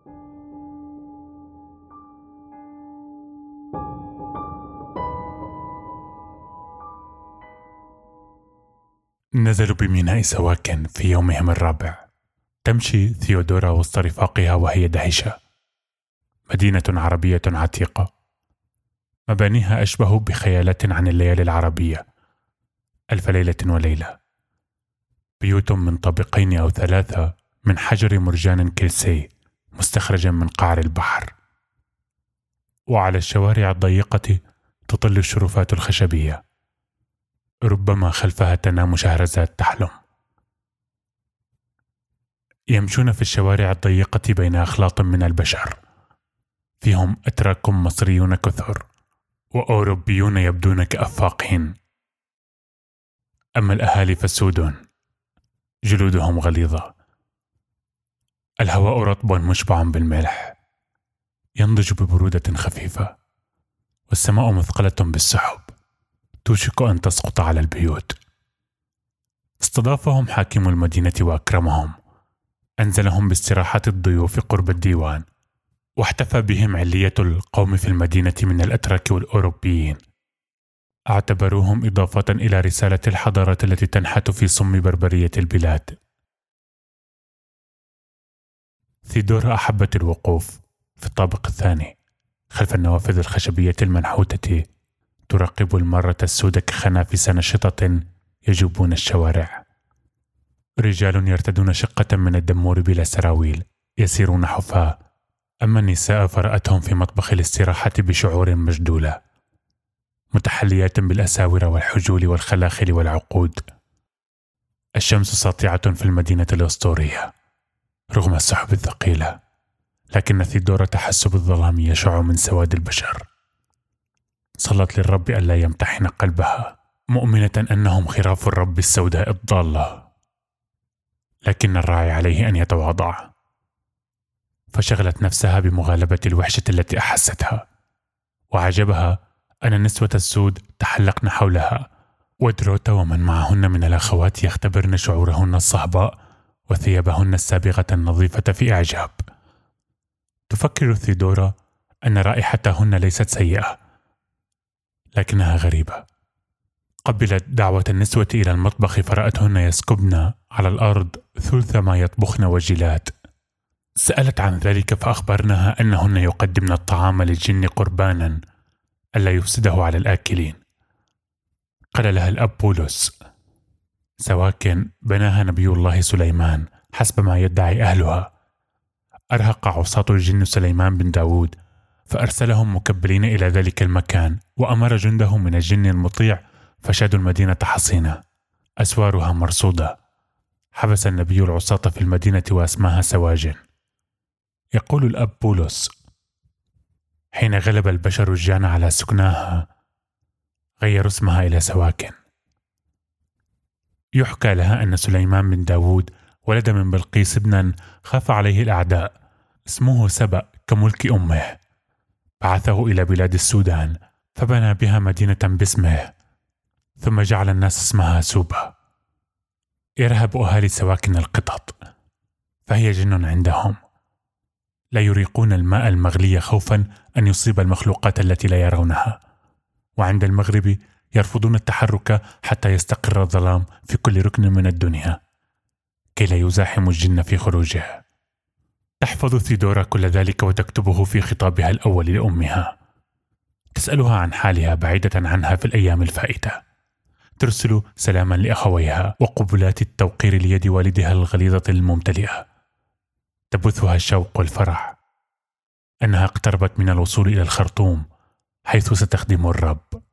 نزلوا بميناء سواكن في يومهم الرابع. تمشي ثيودورا وسط رفاقها وهي دهشة. مدينة عربية عتيقة، مبانيها أشبه بخيالات عن الليالي العربية. ألف ليلة وليلة. بيوت من طابقين أو ثلاثة من حجر مرجان كلسي مستخرج من قعر البحر. وعلى الشوارع الضيقة تطل الشرفات الخشبية، ربما خلفها تنام شهرزاد تحلم. يمشون في الشوارع الضيقة بين أخلاط من البشر، فيهم أتراك مصريون كثر وأوروبيون يبدون كأفاقين. أما الأهالي فالسودون جلودهم غليظة. الهواء رطب مشبع بالملح، ينضج ببرودة خفيفة، والسماء مثقلة بالسحب توشك أن تسقط على البيوت. استضافهم حاكم المدينة وأكرمهم، أنزلهم باستراحة الضيوف قرب الديوان، واحتفى بهم علية القوم في المدينة من الأتراك والأوروبيين. اعتبروهم إضافة إلى رسالة الحضارة التي تنحت في صم بربرية البلاد. ثيودورا أحبت الوقوف في الطابق الثاني خلف النوافذ الخشبية المنحوتة، تراقب المارة السود كخنافس نشطة يجوبون الشوارع. رجال يرتدون شقة من الدمور بلا سراويل يسيرون حفاة، أما النساء فرأتهم في مطبخ الاستراحة بشعور مجدولة، متحليات بالأساور والحجول والخلاخل والعقود. الشمس ساطعة في المدينة الأسطورية رغم السحب الثقيلة، لكن ثيودورا تحس بالظلام يشع من سواد البشر. صلت للرب ألا يمتحن قلبها، مؤمنة أنهم خراف الرب السوداء الضالة، لكن الراعي عليه أن يتواضع. فشغلت نفسها بمغالبة الوحشة التي أحستها، وعجبها أن النسوة السود تحلقن حولها، ودروتا ومن معهن من الأخوات يختبرن شعورهن الصهباء وثيابهن السابغة النظيفة في إعجاب. تفكر ثيودورا أن رائحتهن ليست سيئة، لكنها غريبة. قبلت دعوة النسوة إلى المطبخ فرأتهن يسكبن على الأرض ثلث ما يطبخن وجلات. سألت عن ذلك فأخبرنها أنهن يقدمن الطعام للجن قربانا ألا يفسده على الآكلين. قال لها الأب بولس: سواكن بناها نبي الله سليمان حسب ما يدعي أهلها. أرهق عصاة الجن سليمان بن داود، فأرسلهم مكبلين إلى ذلك المكان، وأمر جنده من الجن المطيع فشادوا المدينة حصينة أسوارها مرصودة. حبس النبي العصاة في المدينة واسماها سواجن. يقول الأب بولس: حين غلب البشر الجان على سكناها غيروا اسمها إلى سواكن. يحكى لها أن سليمان بن داود ولد من بلقيس ابنا خاف عليه الأعداء اسمه سبأ كملك أمه، بعثه إلى بلاد السودان فبنى بها مدينة باسمه، ثم جعل الناس اسمها سوبا. يرهب أهالي سواكن القطط، فهي جن عندهم، لا يريقون الماء المغلي خوفا أن يصيب المخلوقات التي لا يرونها، وعند المغرب يرفضون التحرك حتى يستقر الظلام في كل ركن من الدنيا كي لا يزاحم الجن في خروجه. تحفظ ثيودورا كل ذلك وتكتبه في خطابها الأول لأمها. تسألها عن حالها بعيدة عنها في الأيام الفائتة، ترسل سلاما لأخويها وقبلات التوقير ليد والدها الغليظة الممتلئة. تبثها الشوق والفرح أنها اقتربت من الوصول إلى الخرطوم حيث ستخدم الرب.